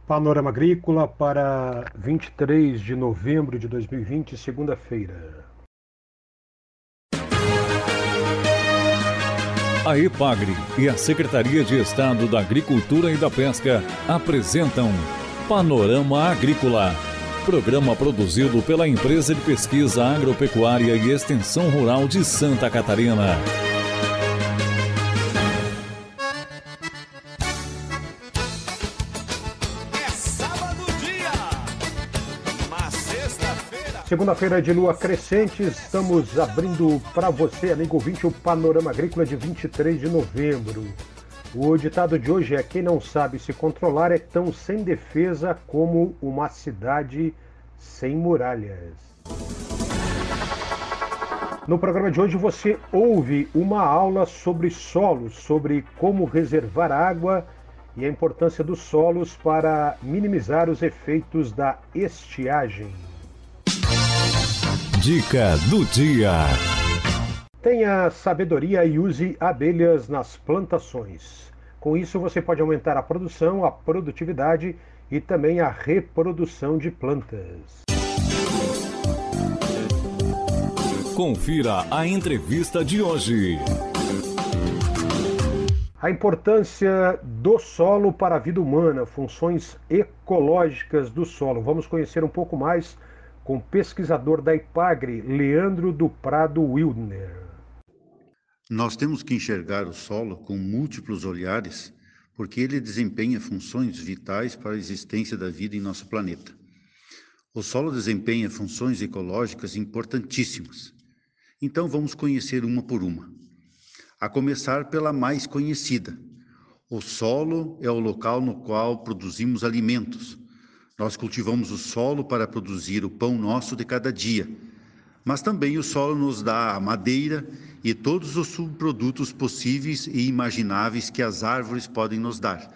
Panorama Agrícola para 23 de novembro de 2020, segunda-feira. A EPAGRE e a Secretaria de Estado da Agricultura e da Pesca apresentam Panorama Agrícola, programa produzido pela Empresa de Pesquisa Agropecuária e Extensão Rural de Santa Catarina. Segunda-feira de lua crescente, estamos abrindo para você, amigo ouvinte, o Panorama Agrícola de 23 de novembro. O ditado de hoje é: quem não sabe se controlar é tão sem defesa como uma cidade sem muralhas. No programa de hoje você ouve uma aula sobre solos, sobre como reservar água e a importância dos solos para minimizar os efeitos da estiagem. Dica do dia. Tenha sabedoria e use abelhas nas plantações. Com isso você pode aumentar a produção, a produtividade e também a reprodução de plantas. Confira a entrevista de hoje. A importância do solo para a vida humana, funções ecológicas do solo. Vamos conhecer um pouco mais com o pesquisador da EPAGRE, Leandro do Prado Wildner. Nós temos que enxergar o solo com múltiplos olhares, porque ele desempenha funções vitais para a existência da vida em nosso planeta. O solo desempenha funções ecológicas importantíssimas. Então vamos conhecer uma por uma. A começar pela mais conhecida. O solo é o local no qual produzimos alimentos. Nós cultivamos o solo para produzir o pão nosso de cada dia. Mas também o solo nos dá a madeira e todos os subprodutos possíveis e imagináveis que as árvores podem nos dar.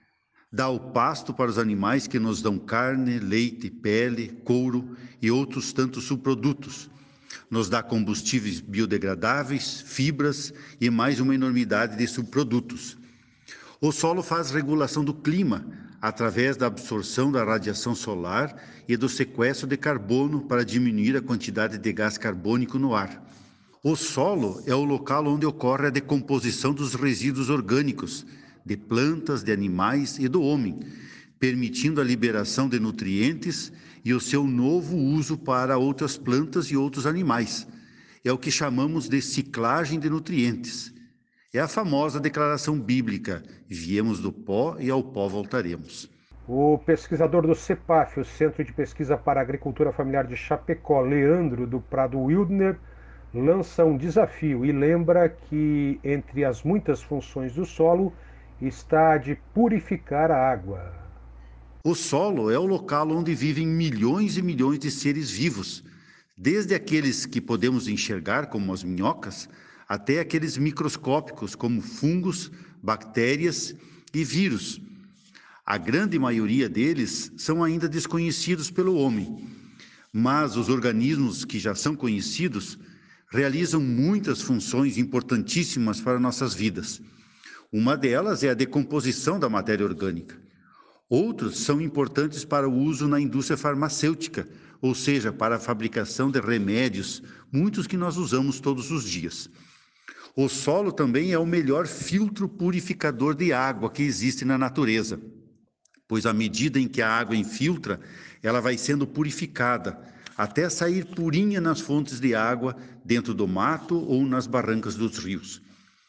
Dá o pasto para os animais que nos dão carne, leite, pele, couro e outros tantos subprodutos. Nos dá combustíveis biodegradáveis, fibras e mais uma enormidade de subprodutos. O solo faz regulação do clima através da absorção da radiação solar e do sequestro de carbono para diminuir a quantidade de gás carbônico no ar. O solo é o local onde ocorre a decomposição dos resíduos orgânicos, de plantas, de animais e do homem, permitindo a liberação de nutrientes e o seu novo uso para outras plantas e outros animais. É o que chamamos de ciclagem de nutrientes. É a famosa declaração bíblica: viemos do pó e ao pó voltaremos. O pesquisador do CEPAF, o Centro de Pesquisa para a Agricultura Familiar de Chapecó, Leandro do Prado Wildner, lança um desafio e lembra que entre as muitas funções do solo está a de purificar a água. O solo é o local onde vivem milhões e milhões de seres vivos, desde aqueles que podemos enxergar, como as minhocas, até aqueles microscópicos, como fungos, bactérias e vírus. A grande maioria deles são ainda desconhecidos pelo homem, mas os organismos que já são conhecidos realizam muitas funções importantíssimas para nossas vidas. Uma delas é a decomposição da matéria orgânica. Outros são importantes para o uso na indústria farmacêutica, ou seja, para a fabricação de remédios, muitos que nós usamos todos os dias. O solo também é o melhor filtro purificador de água que existe na natureza, pois à medida em que a água infiltra, ela vai sendo purificada, até sair purinha nas fontes de água, dentro do mato ou nas barrancas dos rios.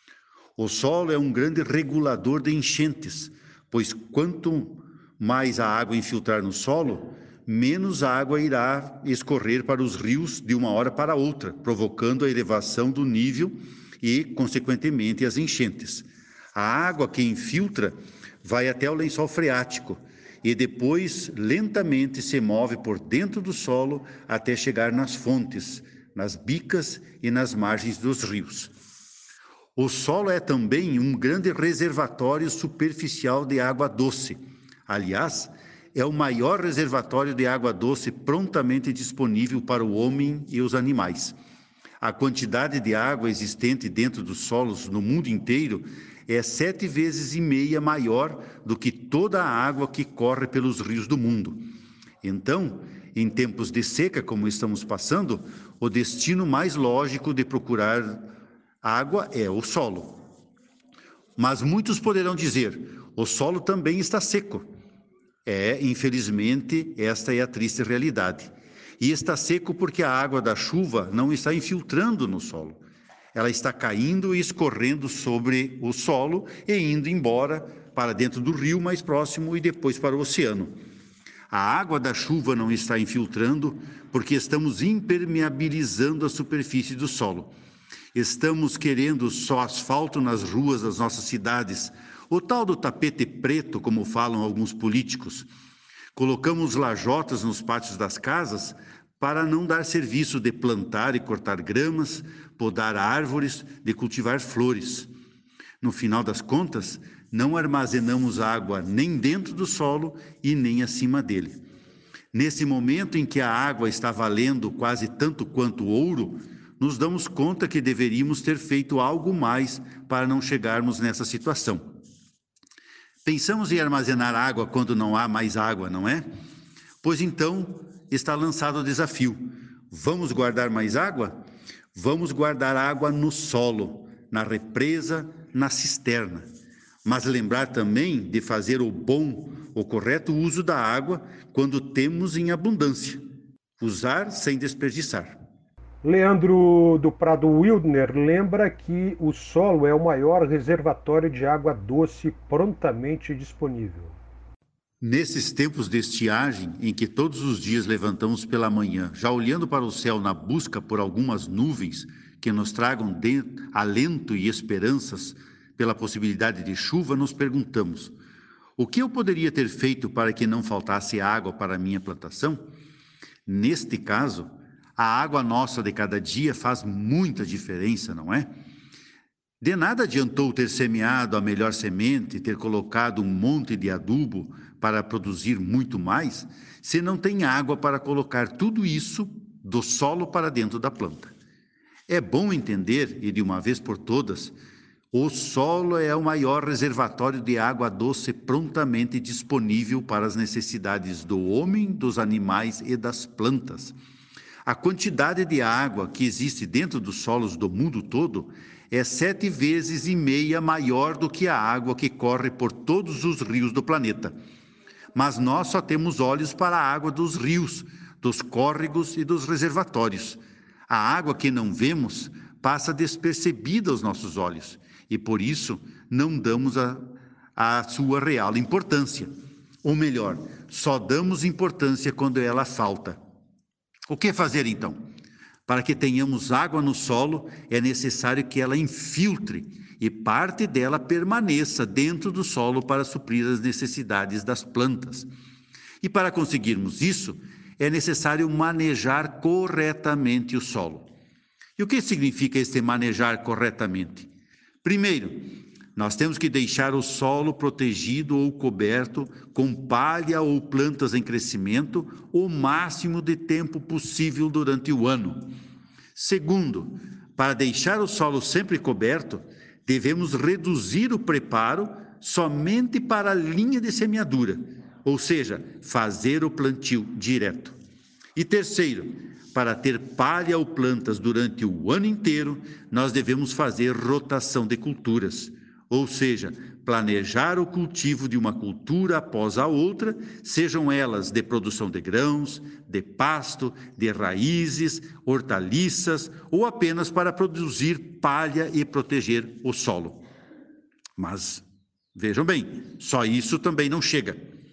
O solo é um grande regulador de enchentes, pois quanto mais a água infiltrar no solo, menos água irá escorrer para os rios de uma hora para outra, provocando a elevação do nível e, consequentemente, as enchentes. A água que infiltra vai até o lençol freático e depois lentamente se move por dentro do solo até chegar nas fontes, nas bicas e nas margens dos rios. O solo é também um grande reservatório superficial de água doce. Aliás, é o maior reservatório de água doce prontamente disponível para o homem e os animais. A quantidade de água existente dentro dos solos no mundo inteiro é 7,5 vezes maior do que toda a água que corre pelos rios do mundo. Então, em tempos de seca, como estamos passando, o destino mais lógico de procurar água é o solo. Mas muitos poderão dizer, o solo também está seco. Infelizmente, esta é a triste realidade. E está seco porque a água da chuva não está infiltrando no solo. Ela está caindo e escorrendo sobre o solo e indo embora para dentro do rio mais próximo e depois para o oceano. A água da chuva não está infiltrando porque estamos impermeabilizando a superfície do solo. Estamos querendo só asfalto nas ruas das nossas cidades, o tal do tapete preto, como falam alguns políticos. Colocamos lajotas nos pátios das casas para não dar serviço de plantar e cortar gramas, podar árvores, de cultivar flores. No final das contas, não armazenamos água nem dentro do solo e nem acima dele. Nesse momento em que a água está valendo quase tanto quanto o ouro, nos damos conta que deveríamos ter feito algo mais para não chegarmos nessa situação. Pensamos em armazenar água quando não há mais água, não é? Pois então está lançado o desafio. Vamos guardar mais água? Vamos guardar água no solo, na represa, na cisterna. Mas lembrar também de fazer o correto uso da água quando temos em abundância. Usar sem desperdiçar. Leandro do Prado Wildner lembra que o solo é o maior reservatório de água doce prontamente disponível. Nesses tempos de estiagem, em que todos os dias levantamos pela manhã, já olhando para o céu na busca por algumas nuvens que nos tragam alento e esperanças pela possibilidade de chuva, nos perguntamos: o que eu poderia ter feito para que não faltasse água para a minha plantação? Neste caso, a água nossa de cada dia faz muita diferença, não é? De nada adiantou ter semeado a melhor semente, ter colocado um monte de adubo para produzir muito mais, se não tem água para colocar tudo isso do solo para dentro da planta. É bom entender, e de uma vez por todas, o solo é o maior reservatório de água doce prontamente disponível para as necessidades do homem, dos animais e das plantas. A quantidade de água que existe dentro dos solos do mundo todo é 7,5 vezes maior do que a água que corre por todos os rios do planeta. Mas nós só temos olhos para a água dos rios, dos córregos e dos reservatórios. A água que não vemos passa despercebida aos nossos olhos e, por isso, não damos a sua real importância. Ou melhor, só damos importância quando ela falta. O que fazer então? Para que tenhamos água no solo, é necessário que ela infiltre e parte dela permaneça dentro do solo para suprir as necessidades das plantas. E para conseguirmos isso, é necessário manejar corretamente o solo. E o que significa este manejar corretamente? Primeiro, nós temos que deixar o solo protegido ou coberto com palha ou plantas em crescimento o máximo de tempo possível durante o ano. Segundo, para deixar o solo sempre coberto, devemos reduzir o preparo somente para a linha de semeadura, ou seja, fazer o plantio direto. E terceiro, para ter palha ou plantas durante o ano inteiro, nós devemos fazer rotação de culturas. Ou seja, planejar o cultivo de uma cultura após a outra, sejam elas de produção de grãos, de pasto, de raízes, hortaliças ou apenas para produzir palha e proteger o solo. Mas, vejam bem, só isso também não chega.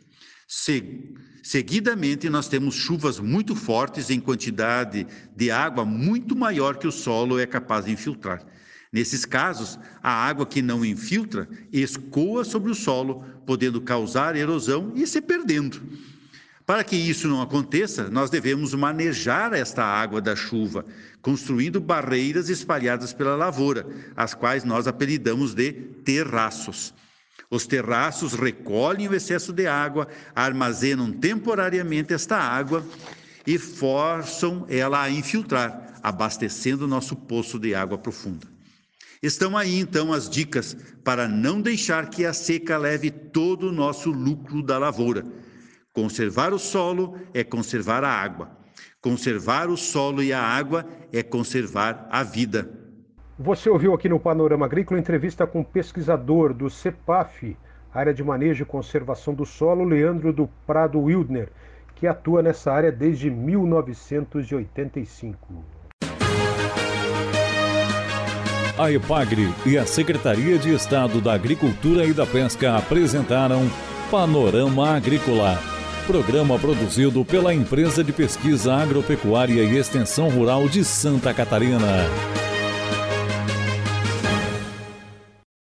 Seguidamente, nós temos chuvas muito fortes em quantidade de água muito maior que o solo é capaz de infiltrar. Nesses casos, a água que não infiltra escoa sobre o solo, podendo causar erosão e se perdendo. Para que isso não aconteça, nós devemos manejar esta água da chuva, construindo barreiras espalhadas pela lavoura, as quais nós apelidamos de terraços. Os terraços recolhem o excesso de água, armazenam temporariamente esta água e forçam ela a infiltrar, abastecendo o nosso poço de água profunda. Estão aí, então, as dicas para não deixar que a seca leve todo o nosso lucro da lavoura. Conservar o solo é conservar a água. Conservar o solo e a água é conservar a vida. Você ouviu aqui no Panorama Agrícola entrevista com o pesquisador do CEPAF, área de manejo e conservação do solo, Leandro do Prado Wildner, que atua nessa área desde 1985. A EPAGRE e a Secretaria de Estado da Agricultura e da Pesca apresentaram Panorama Agrícola, programa produzido pela Empresa de Pesquisa Agropecuária e Extensão Rural de Santa Catarina.